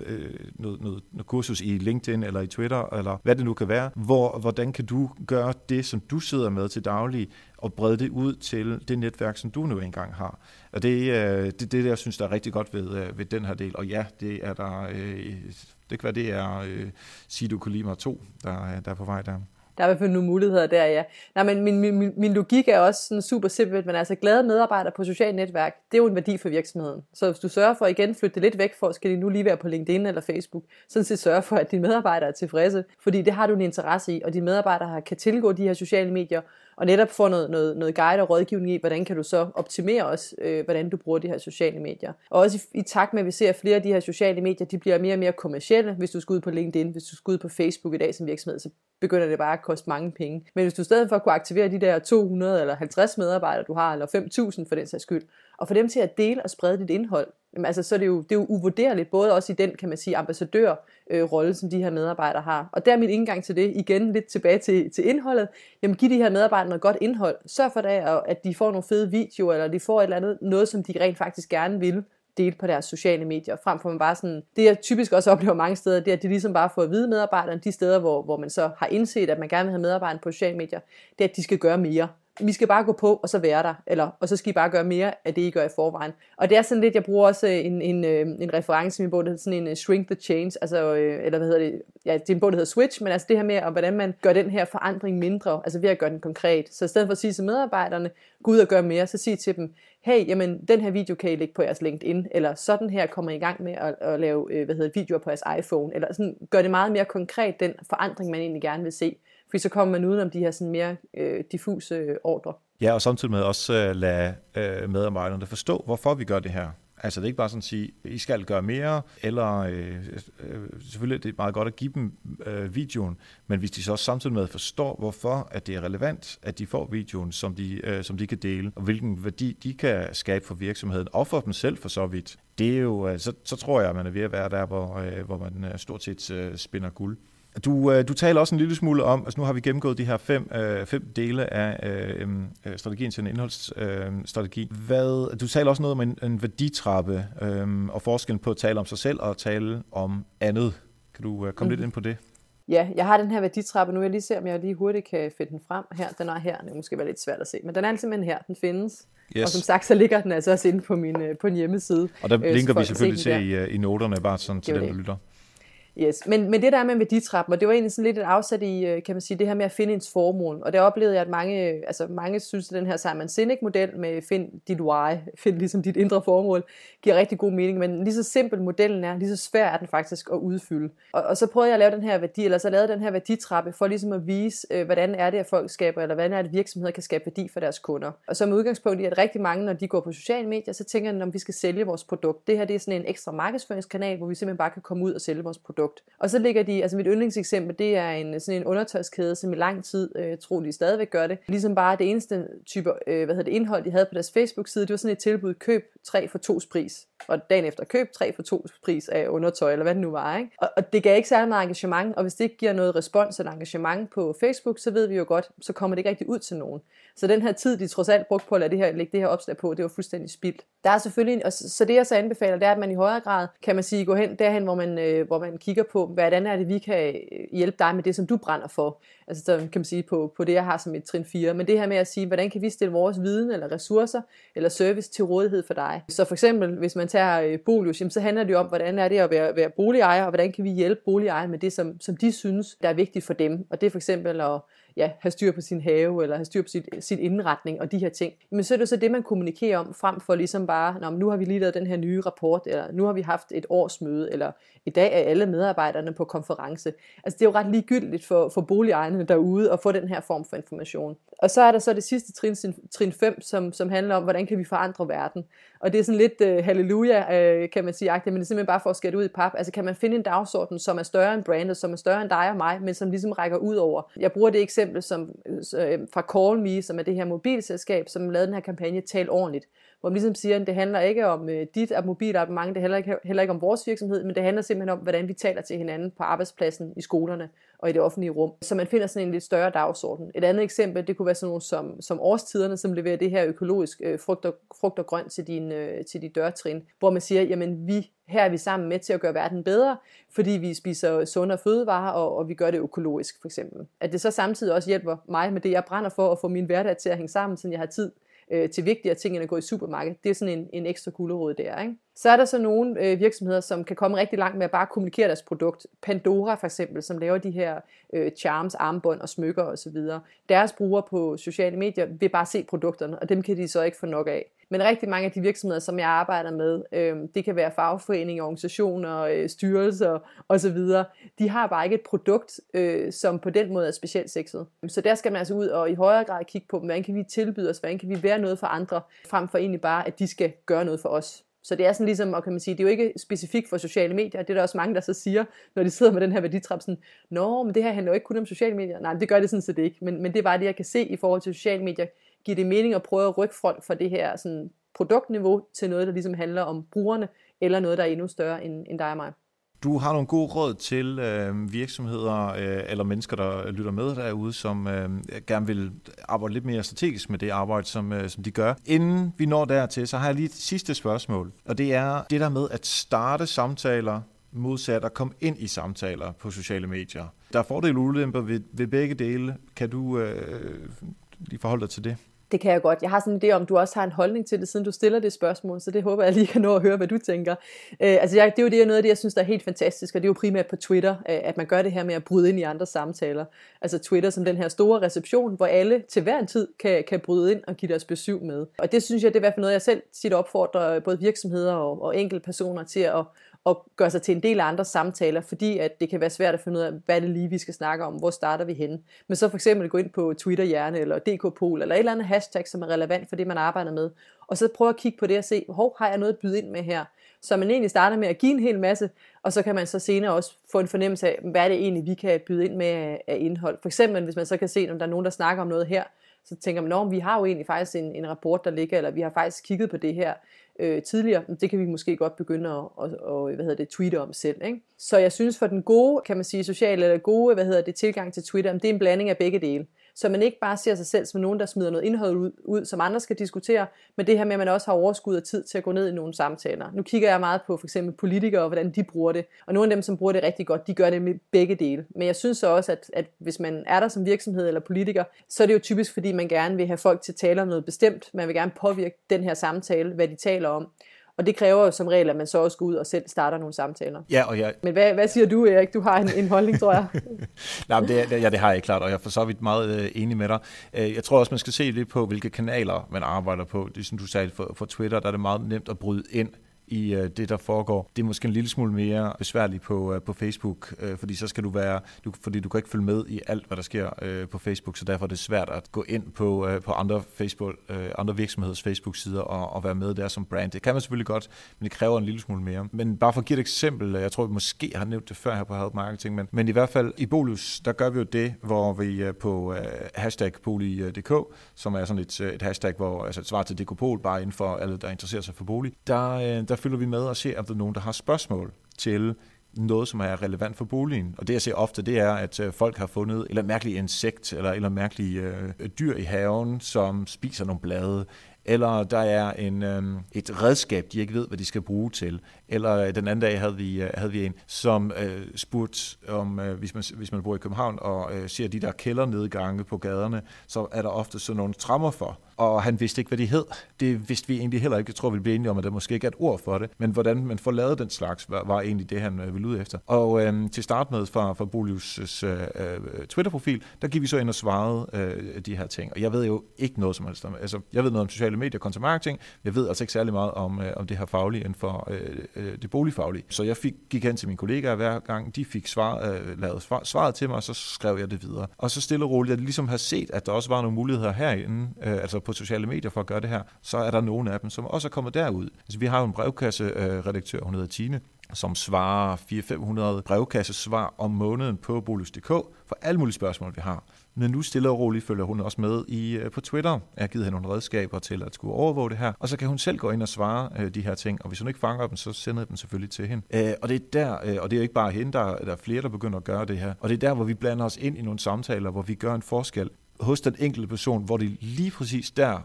noget kursus i LinkedIn eller i Twitter, eller hvad det nu kan være, hvordan kan du gøre det, som du sidder med til daglig, og brede det ud til det netværk, som du nu engang har. Og det er det, jeg synes, der er rigtig godt ved den her del. Og ja, det er der, det kan være, det er Sido Kolima 2, der er på vej der. Der er i hvert fald nogle muligheder der, ja. Nej, men min logik er også sådan super simpelt, men altså glade medarbejdere på sociale netværk, det er jo en værdi for virksomheden. Så hvis du sørger for at igen flytte det lidt væk for, skal de nu lige være på LinkedIn eller Facebook, sådan set sørge for, at dine medarbejdere er tilfredse, fordi det har du en interesse i, og dine medarbejdere kan tilgå de her sociale medier, og netop få noget guide og rådgivning i, hvordan kan du så optimere også, hvordan du bruger de her sociale medier. Og også i takt med, at vi ser, at flere af de her sociale medier, de bliver mere og mere kommercielle. Hvis du skal ud på LinkedIn, hvis du skal ud på Facebook i dag som virksomhed, så begynder det bare at koste mange penge. Men hvis du i stedet for kunne aktivere de der 200 eller 50 medarbejdere, du har, eller 5.000 for den sags skyld, og få dem til at dele og sprede dit indhold, jamen, altså, så er det jo uvurderligt, både også i den, kan man sige, ambassadørrolle, som de her medarbejdere har. Og der er min indgang til det, igen lidt tilbage til indholdet. Jamen, giv de her medarbejdere noget godt indhold. Sørg for det, at de får nogle fede videoer, eller de får et eller andet, noget, som de rent faktisk gerne vil dele på deres sociale medier, frem for man bare sådan, det jeg typisk også oplever mange steder, det er, at de ligesom bare får at vide medarbejderne, de steder, hvor man så har indset, at man gerne vil have medarbejderne på sociale medier, det er, at de skal gøre mere. Vi skal bare gå på, og så være der, og så skal I bare gøre mere af det, I gør i forvejen. Og det er sådan lidt, jeg bruger også en reference i min bog, der hedder sådan en Shrink the Change, altså, eller hvad hedder det, ja, det er en bog, der hedder Switch, men altså det her med, hvordan man gør den her forandring mindre, altså ved at gøre den konkret. Så i stedet for at sige til medarbejderne, gå ud og gør mere, så sig til dem, hey, jamen, den her video kan I lægge på jeres LinkedIn, eller sådan her kommer I i gang med at lave videoer på jeres iPhone, eller sådan, gør det meget mere konkret, den forandring, man egentlig gerne vil se. Fordi så kommer man udenom de her sådan mere diffuse ordre. Ja, og samtidig med også lade medarbejderne forstå, hvorfor vi gør det her. Altså det er ikke bare sådan at sige, I skal gøre mere, eller selvfølgelig er det meget godt at give dem videoen, men hvis de så samtidig med forstår, hvorfor at det er relevant, at de får videoen, som de kan dele, og hvilken værdi de kan skabe for virksomheden, og for dem selv for så vidt, det er jo, så tror jeg, at man er ved at være der, hvor man stort set spinder guld. Du taler også en lille smule om, altså nu har vi gennemgået de her fem dele af strategien til en indholdsstrategi. Du taler også noget om en værditrappe og forskellen på at tale om sig selv og at tale om andet. Kan du komme lidt ind på det? Ja, jeg har den her værditrappe nu. Jeg lige ser, om jeg lige hurtigt kan finde den frem. Den er her. Det er måske være lidt svært at se, men den er simpelthen her. Den findes. Yes. Og som sagt, så ligger den altså også inde på en hjemmeside. Og der linker vi selvfølgelig til i noterne, bare sådan til den, der lytter. Yes, men det der med værditrappen, og det var egentlig sådan lidt et afsæt i, kan man sige, det her med at finde ens formål. Og der oplevede jeg, at mange synes, at den her Simon Sinek-model med find dit why, find ligesom dit indre formål, giver rigtig god mening. Men lige så simpel modellen er, lige så svær er den faktisk at udfylde. Og så prøvede jeg at lave den her værditrappe for ligesom at vise, hvordan er det, at folk skaber, eller hvordan er det, virksomheder kan skabe værdi for deres kunder. Og så med udgangspunkt i, at rigtig mange, når de går på sociale medier, så tænker de, om vi skal sælge vores produkt. Det her, det er sådan en ekstra markedsføringskanal, hvor vi simpelthen bare kan komme ud og sælge vores produkt. Og så ligger de, altså mit yndlingseksempel, det er sådan en undertøjskæde, som i lang tid, tror de stadigvæk gør det. Ligesom bare det eneste type indhold, de havde på deres Facebook-side, det var sådan et tilbud, køb 3 for 2's pris. Og dagen efter køb 3 for 2's pris af undertøj, eller hvad det nu var, ikke? Og det gav ikke særlig meget engagement, og hvis det ikke giver noget respons eller engagement på Facebook, så ved vi jo godt, så kommer det ikke rigtig ud til nogen. Så den her tid, de trods alt brugte på at lægge det her opslag på, det var fuldstændig spildt. Der er selvfølgelig, og så det jeg så anbefaler, det er, at man i højere grad, kan man sige, gå hen derhen, hvor man kigger på, hvordan er det, vi kan hjælpe dig med det, som du brænder for. Altså så kan man sige på det, jeg har som et trin 4. Men det her med at sige, hvordan kan vi stille vores viden eller ressourcer eller service til rådighed for dig. Så for eksempel, hvis man tager Bolius, så handler det jo om, hvordan er det at være boligejer, og hvordan kan vi hjælpe boligejere med det, som de synes, der er vigtigt for dem. Og det er for eksempel at have styr på sin have, eller have styr på sin indretning og de her ting. Men så er det så det, man kommunikerer om, frem for ligesom bare, nu har vi lige lavet den her nye rapport, eller nu har vi haft et årsmøde, eller i dag er alle medarbejderne på konference. Altså det er jo ret ligegyldigt for boligejerne derude at få den her form for information. Og så er der så det sidste trin 5, som handler om, hvordan kan vi forandre verden. Og det er sådan lidt halleluja, kan man sige, men det er simpelthen bare for at skære det ud i pap. Altså kan man finde en dagsorden, som er større end brandet, som er større end dig og mig, men som ligesom rækker ud over. Jeg bruger det eksempel fra Call Me, som er det her mobilselskab, som lavede den her kampagne Tal Ordentligt, hvor man ligesom siger, at det handler ikke om dit mobilabonnement, det handler heller ikke om vores virksomhed, men det handler simpelthen om, hvordan vi taler til hinanden på arbejdspladsen, i skolerne og i det offentlige rum. Så man finder sådan en lidt større dagsorden. Et andet eksempel, det kunne være sådan nogle som Årstiderne, som leverer det her økologisk frugt og grønt til de dørtrin, hvor man siger, jamen her er vi sammen med til at gøre verden bedre, fordi vi spiser sundere fødevarer, og vi gør det økologisk for eksempel. At det så samtidig også hjælper mig med det, jeg brænder for, at få min hverdag til at hænge sammen, så jeg har tid til vigtigere ting, end at gå i supermarkedet. Det er sådan en ekstra gulerod der, ikke? Så er der så nogle virksomheder, som kan komme rigtig langt med at bare kommunikere deres produkt. Pandora for eksempel, som laver de her charms, armbånd og smykker osv. Deres brugere på sociale medier vil bare se produkterne, og dem kan de så ikke få nok af. Men rigtig mange af de virksomheder, som jeg arbejder med, det kan være fagforeninger, organisationer, styrelser osv., de har bare ikke et produkt, som på den måde er specielt sexet. Så der skal man altså ud og i højere grad kigge på, hvordan kan vi tilbyde os, hvordan kan vi være noget for andre, frem for egentlig bare, at de skal gøre noget for os. Så det er sådan ligesom, og kan man sige, det er jo ikke specifikt for sociale medier. Det er der også mange, der så siger, når de sidder med den her værditrap, sådan, nå, men det her handler jo ikke kun om sociale medier. Nej, det gør det sådan set ikke. Men det er bare det, jeg kan se i forhold til sociale medier. Giver det mening at prøve at rykke folk fra det her sådan, produktniveau til noget, der ligesom handler om brugerne, eller noget, der er endnu større end dig og mig. Du har nogle gode råd til virksomheder eller mennesker, der lytter med derude, som gerne vil arbejde lidt mere strategisk med det arbejde, som de gør. Inden vi når dertil, så har jeg lige et sidste spørgsmål, og det er det der med at starte samtaler modsat at komme ind i samtaler på sociale medier. Der er fordele og ulemper ved begge dele. Kan du lige forholde dig til det? Det kan jeg godt. Jeg har sådan en idé om, du også har en holdning til det, siden du stiller det spørgsmål, så det håber jeg lige kan nå at høre, hvad du tænker. Det er jo noget af det, jeg synes, der er helt fantastisk, og det er jo primært på Twitter, at man gør det her med at bryde ind i andre samtaler. Altså Twitter som den her store reception, hvor alle til hver en tid kan bryde ind og give deres besøg med. Og det synes jeg, det er i hvert fald noget, jeg selv tit opfordrer både virksomheder og enkelte personer til at gøre sig til en del af andre samtaler, fordi at det kan være svært at finde ud af, hvad det lige, vi skal snakke om, hvor starter vi henne. Men så for eksempel gå ind på Twitter-hjerne, eller DK-pol, eller et eller andet hashtag, som er relevant for det, man arbejder med, og så prøve at kigge på det og se, har jeg noget at byde ind med her? Så man egentlig starter med at give en hel masse, og så kan man så senere også få en fornemmelse af, hvad er det egentlig, vi kan byde ind med af indhold. For eksempel, hvis man så kan se, om der er nogen, der snakker om noget her, så tænker man, vi har jo egentlig faktisk en rapport, der ligger, eller vi har faktisk kigget på det her tidligere. Det kan vi måske godt begynde at tweete om selv. Ikke? Så jeg synes for den gode, kan man sige, sociale eller gode, tilgang til Twitter, det er en blanding af begge dele. Så man ikke bare ser sig selv som nogen, der smider noget indhold ud, som andre skal diskutere, men det her med, at man også har overskud og tid til at gå ned i nogle samtaler. Nu kigger jeg meget på for eksempel politikere, og hvordan de bruger det. Og nogle af dem, som bruger det rigtig godt, de gør det med begge dele. Men jeg synes så også, at hvis man er der som virksomhed eller politiker, så er det jo typisk, fordi man gerne vil have folk til at tale om noget bestemt. Man vil gerne påvirke den her samtale, hvad de taler om. Og det kræver jo som regel, at man så også går ud og selv starter nogle samtaler. Ja. Men hvad siger du, Erik? Du har en holdning, tror jeg. Nej, men det har jeg klart, og jeg er for så vidt meget enig med dig. Jeg tror også, man skal se lidt på, hvilke kanaler man arbejder på. Det er som du sagde, for Twitter, der er det meget nemt at bryde ind i det, der foregår. Det er måske en lille smule mere besværligt på Facebook, fordi så skal fordi du kan ikke følge med i alt, hvad der sker på Facebook, så derfor er det svært at gå ind på andre virksomheders Facebook-sider og være med der som brand. Det kan man selvfølgelig godt, men det kræver en lille smule mere. Men bare for at give et eksempel, jeg tror, vi måske har nævnt det før her på Help Marketing, men i hvert fald i Bolus, der gør vi jo det, hvor vi på hashtag Bolig.dk, som er sådan et hashtag, hvor altså et svar til DK-Pol, bare inden for alle, der interesserer sig for bolig, der følger vi med og ser, om der er nogen, der har spørgsmål til noget, som er relevant for boligen. Og det, jeg ser ofte, det er, at folk har fundet et eller mærkeligt insekt, eller mærkeligt dyr i haven, som spiser nogle blade, eller der er et redskab, de ikke ved, hvad de skal bruge til. Eller den anden dag havde vi en, som spurgte om, hvis man bor i København og ser de der kældernedgange på gaderne, så er der ofte sådan nogle tremmer for. Og han vidste ikke, hvad de hed. Det vidste vi egentlig heller ikke. Jeg tror, vi blev enige om, at der måske ikke er et ord for det. Men hvordan man får lavet den slags, var egentlig det, han ville ud efter. Og til start med fra Bolius' Twitter-profil, der gik vi så ind og svarede de her ting. Og jeg ved jo ikke noget som helst om. Altså, jeg ved noget om sociale medier, content marketing. Jeg ved altså ikke særlig meget om det her faglige inden for det boligfaglige. Så jeg gik hen til mine kollegaer hver gang. De fik lavet svaret til mig, og så skrev jeg det videre. Og så stille og roligt, at jeg ligesom har set, at der også var nogle muligheder herinde, altså på sociale medier for at gøre det her, så er der nogle af dem, som også er kommet derud. Altså, vi har jo en brevkasseredaktør, hun hedder Tine, som svarer 400-500 brevkassesvar om måneden på Bolus.dk for alle mulige spørgsmål, vi har. Men nu stille og roligt følger hun også med på Twitter. Jeg har givet hende nogle redskaber til at skulle overvåge det her, og så kan hun selv gå ind og svare de her ting, og hvis hun ikke fanger dem, så sender jeg dem selvfølgelig til hende. Og det er der, og det er ikke bare hende, der er flere, der begynder at gøre det her. Og det er der, hvor vi blander os ind i nogle samtaler, hvor vi gør en forskel hos den enkelte person, hvor det er lige præcis der,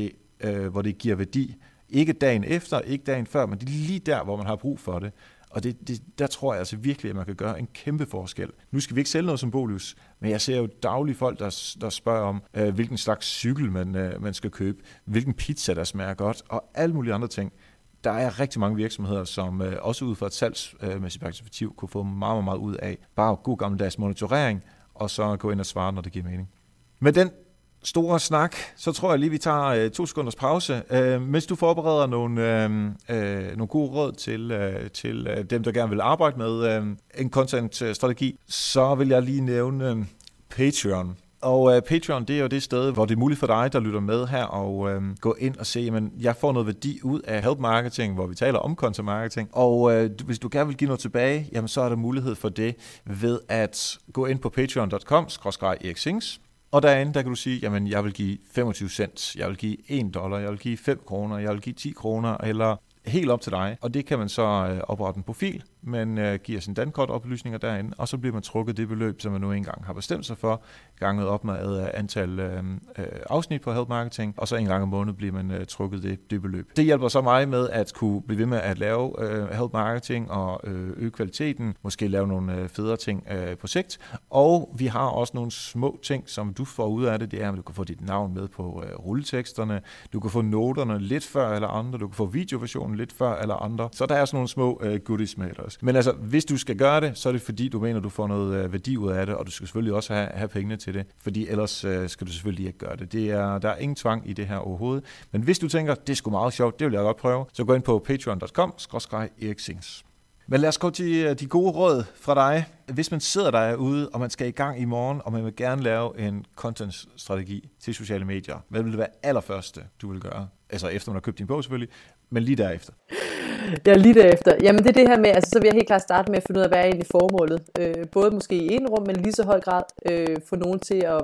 hvor det giver værdi. Ikke dagen efter, ikke dagen før, men det er lige der, hvor man har brug for det. Og der tror jeg altså virkelig, at man kan gøre en kæmpe forskel. Nu skal vi ikke sælge noget som Bolus, men jeg ser jo dagligt folk, der spørger om, hvilken slags cykel man skal købe, hvilken pizza, der smager godt, og alle mulige andre ting. Der er rigtig mange virksomheder, som også ud fra et salgsmæssigt perspektiv kunne få meget, meget, meget ud af bare god gammeldags monitorering, og så gå ind og svare, når det giver mening. Med den store snak, så tror jeg lige, vi tager 2 sekunders pause. Mens du forbereder nogle gode råd til dem, der gerne vil arbejde med en content-strategi, så vil jeg lige nævne Patreon. Og Patreon, det er jo det sted, hvor det er muligt for dig, der lytter med her, og gå ind og se, jamen, jeg får noget værdi ud af Help Marketing, hvor vi taler om content marketing. Og hvis du gerne vil give noget tilbage, jamen, så er der mulighed for det ved at gå ind på patreon.com/eriksings. Og derinde, der kan du sige, jamen, jeg vil give 25 cents, jeg vil give $1, jeg vil give 5 kroner, jeg vil give 10 kroner, eller helt op til dig. Og det kan man så oprette en profil, man giver sin dankortoplysninger derinde, og så bliver man trukket det beløb, som man nu engang har bestemt sig for, ganget op med antal afsnit på Help Marketing, og så en gang om måneden bliver man trukket det beløb. Det hjælper så mig med at kunne blive ved med at lave Help Marketing og øge kvaliteten, måske lave nogle federe ting på sigt. Og vi har også nogle små ting, som du får ud af det. Det er, at du kan få dit navn med på rulleteksterne, du kan få noterne lidt før eller andre, du kan få videoversionen lidt før eller andre. Så der er sådan nogle små goodies med det. Men altså, hvis du skal gøre det, så er det fordi, du mener, du får noget værdi ud af det, og du skal selvfølgelig også have pengene til det, fordi ellers skal du selvfølgelig ikke gøre det. Der er ingen tvang i det her overhovedet. Men hvis du tænker, det er sgu meget sjovt, det vil jeg godt prøve, så gå ind på patreon.com/eriksings. Men lad os gå til de gode råd fra dig. Hvis man sidder derude, og man skal i gang i morgen, og man vil gerne lave en content-strategi til sociale medier, hvad vil det være allerførste, du vil gøre? Altså efter man har købt din bog selvfølgelig, men lige derefter. Ja, lige derefter. Jamen det er det her med, altså så vil jeg helt klart starte med at finde ud af, hvad er egentlig formålet. Både måske i en rum, men lige så høj grad få nogen til at,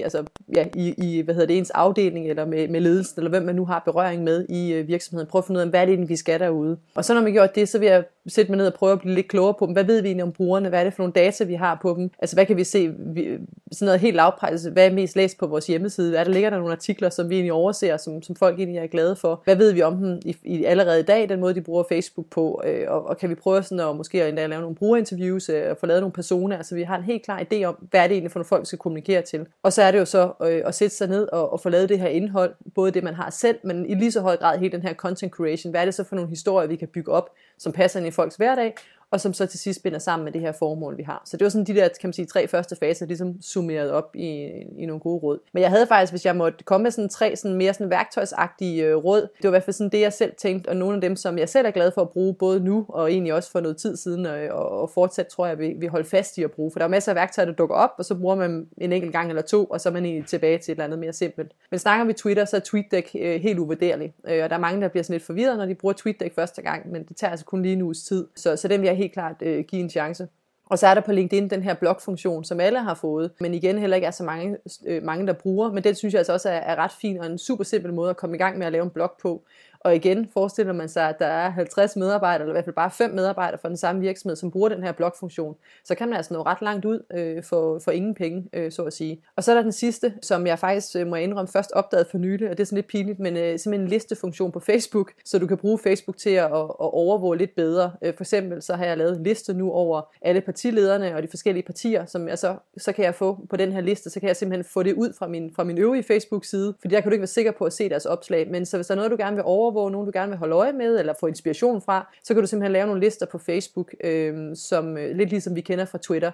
ens afdeling, eller med ledelsen, eller hvem man nu har berøring med i virksomheden. Prøv at finde ud af, hvad er det egentlig, vi skal derude. Og så når man gjort det, så vil jeg sætte mig ned og prøve at blive lidt klogere på dem. Hvad ved vi egentlig om brugerne? Hvad er det for nogle data, vi har på dem? Altså hvad kan vi se? Sådan noget helt lavpræcis. Hvad er mest læst på vores hjemmeside? Ligger der nogle artikler, som vi egentlig overser, som folk egentlig er glade for? Hvad ved vi om dem allerede i dag, den måde, de bruger Facebook på? Og kan vi prøve sådan at måske endda lave nogle brugerinterviews og få lavet nogle personer? Altså vi har en helt klar idé om, hvad er det egentlig for nogle folk, vi skal kommunikere til. Og så er det jo så at sætte sig ned og få lavet det her indhold, både det man har selv, men i lige så høj grad hele den her content creation. Hvad er det så for nogle historier, vi kan bygge op, som passer ind i folks hverdag, og som så til sidst binder sammen med det her formål, vi har. Så det var sådan de der, kan man sige, 3 første faser, ligesom summeret op i nogle gode råd. Men jeg havde faktisk, hvis jeg måtte komme med sådan 3 sådan mere sådan værktøjsagtige råd, det var i hvert fald sådan det, jeg selv tænkte, og nogle af dem, som jeg selv er glad for at bruge, både nu og egentlig også for noget tid siden, og fortsat tror jeg, vi holder fast i at bruge. For der er masser af værktøjer, der dukker op, og så bruger man en enkelt gang eller 2, og så er man egentlig tilbage til et eller andet mere simpelt. Men snakker vi Twitter, så er TweetDeck helt uvurderlig. Og der er mange, der bliver sådan lidt forvirret, når de bruger TweetDeck første gang, men det tager altså kun lige en uges tid. Så den vil jeg helt klart give en chance. Og så er der på LinkedIn den her blogfunktion, som alle har fået, men igen heller ikke er så mange der bruger, men det synes jeg altså også er ret fin og en super simpel måde at komme i gang med at lave en blog på. Og igen forestiller man sig, at der er 50 medarbejdere, eller i hvert fald bare 5 medarbejdere fra den samme virksomhed, som bruger den her blogfunktion. Så kan man altså nå ret langt ud for ingen penge, så at sige. Og så er der den sidste, som jeg faktisk må indrømme først opdaget for nylig, og det er sådan lidt pinligt, men simpelthen en listefunktion på Facebook, så du kan bruge Facebook til at overvåge lidt bedre. For eksempel så har jeg lavet en liste nu over alle partilederne og de forskellige partier, som jeg så kan jeg få på den her liste, så kan jeg simpelthen få det ud fra min øvrige Facebook-side, fordi der kan du ikke være sikker på at se deres opslag. Men så hvis der er noget, du gerne vil overvåge, nogen du gerne vil holde øje med, eller få inspiration fra, så kan du simpelthen lave nogle lister på Facebook, som lidt ligesom vi kender fra Twitter.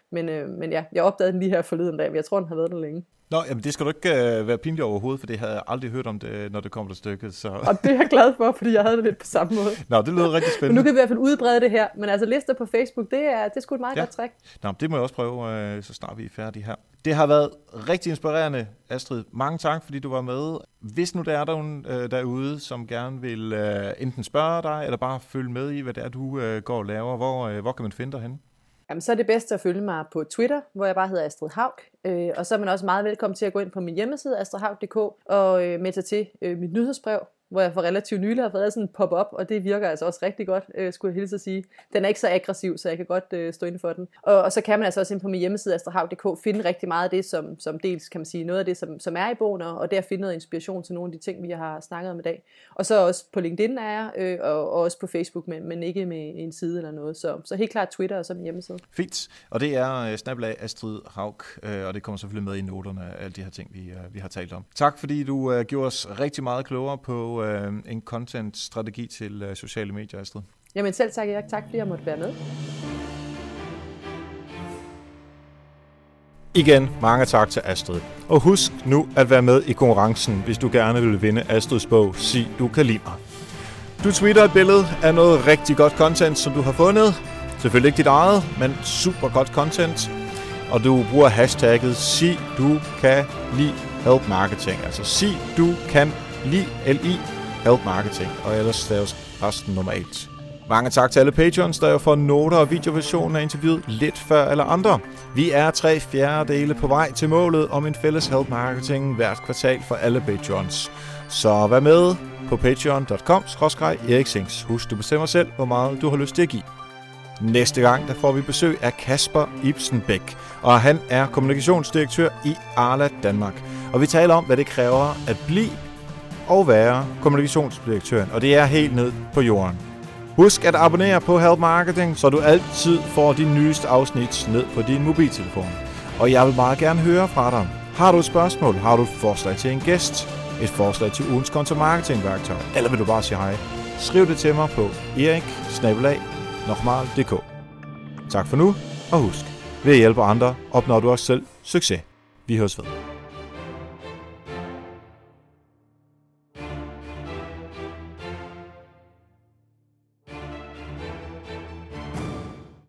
Men ja, jeg opdagede den lige her forleden dag, men jeg tror, den har været der længe. Nå, jamen det skal du ikke være pinlig overhovedet, for det havde jeg aldrig hørt om det, når det kommer til stykket. Så. Og det er jeg glad for, fordi jeg havde det lidt på samme måde. Nå, det lyder rigtig spændende. Men nu kan vi i hvert fald udbrede det her, men altså lister på Facebook, det er sgu et meget godt træk. Nå, det må jeg også prøve, så snart vi er færdige her. Det har været rigtig inspirerende, Astrid. Mange tak, fordi du var med. Hvis nu der er nogen derude, som gerne vil enten spørge dig, eller bare følge med i, hvad det er, du går og laver, hvor kan man finde dig henne? Jamen, så er det bedst at følge mig på Twitter, hvor jeg bare hedder Astrid Haug. Og så er man også meget velkommen til at gå ind på min hjemmeside, astridhaug.dk, og melde sig til mit nyhedsbrev, hvor jeg for relativt nylig har fået sådan en pop-up, og det virker altså også rigtig godt, skulle jeg hilse at sige. Den er ikke så aggressiv, så jeg kan godt stå inde for den. Og så kan man altså også ind på min hjemmeside, astridhaug.dk, finde rigtig meget af det, som dels kan man sige, noget af det, som er i bogen, og der finde noget inspiration til nogle af de ting, vi har snakket om i dag. Og så også på LinkedIn er jeg, og også på Facebook, men ikke med en side eller noget. Så helt klart Twitter og så min hjemmeside. Fint, og det er / Astrid Haug, og det kommer selvfølgelig med i noterne af alle de her ting, vi har talt om. Tak fordi du gjorde os rigtig meget klogere på en content-strategi til sociale medier, Astrid. Jamen selv tak, Erik. Tak fordi jeg måtte være med. Igen, mange tak til Astrid. Og husk nu at være med i konkurrencen, hvis du gerne vil vinde Astrids bog, Sig du kan lide mig. Du tweeter et billede af noget rigtig godt content, som du har fundet. Selvfølgelig ikke dit eget, men super godt content. og du bruger hashtagget sig du kan lide help marketing. Altså sig du kan lide LI help marketing, og ellers staves resten normalt. Mange tak til alle Patreons, der jo får noter og videoversionen af interviewet lidt før alle andre. Vi er 3/4 på vej til målet om en fælles help marketing hvert kvartal for alle Patreons. Så vær med på patreon.com/eriksings. Husk, du bestemmer selv, hvor meget du har lyst til at give. Næste gang der får vi besøg af Kasper Ibsenbæk, og han er kommunikationsdirektør i Arla Danmark. Og vi taler om, hvad det kræver at blive og være kommunikationsdirektøren, og det er helt ned på jorden. Husk at abonnere på Help Marketing, så du altid får de nyeste afsnit ned på din mobiltelefon. Og jeg vil meget gerne høre fra dig. Har du et spørgsmål? Har du et forslag til en gæst? Et forslag til ugens content marketing værktøj? Eller vil du bare sige hej? Skriv det til mig på erik@nokmal.dk. Tak for nu, og husk, ved at hjælpe andre opnår du også selv succes. Vi høres ved.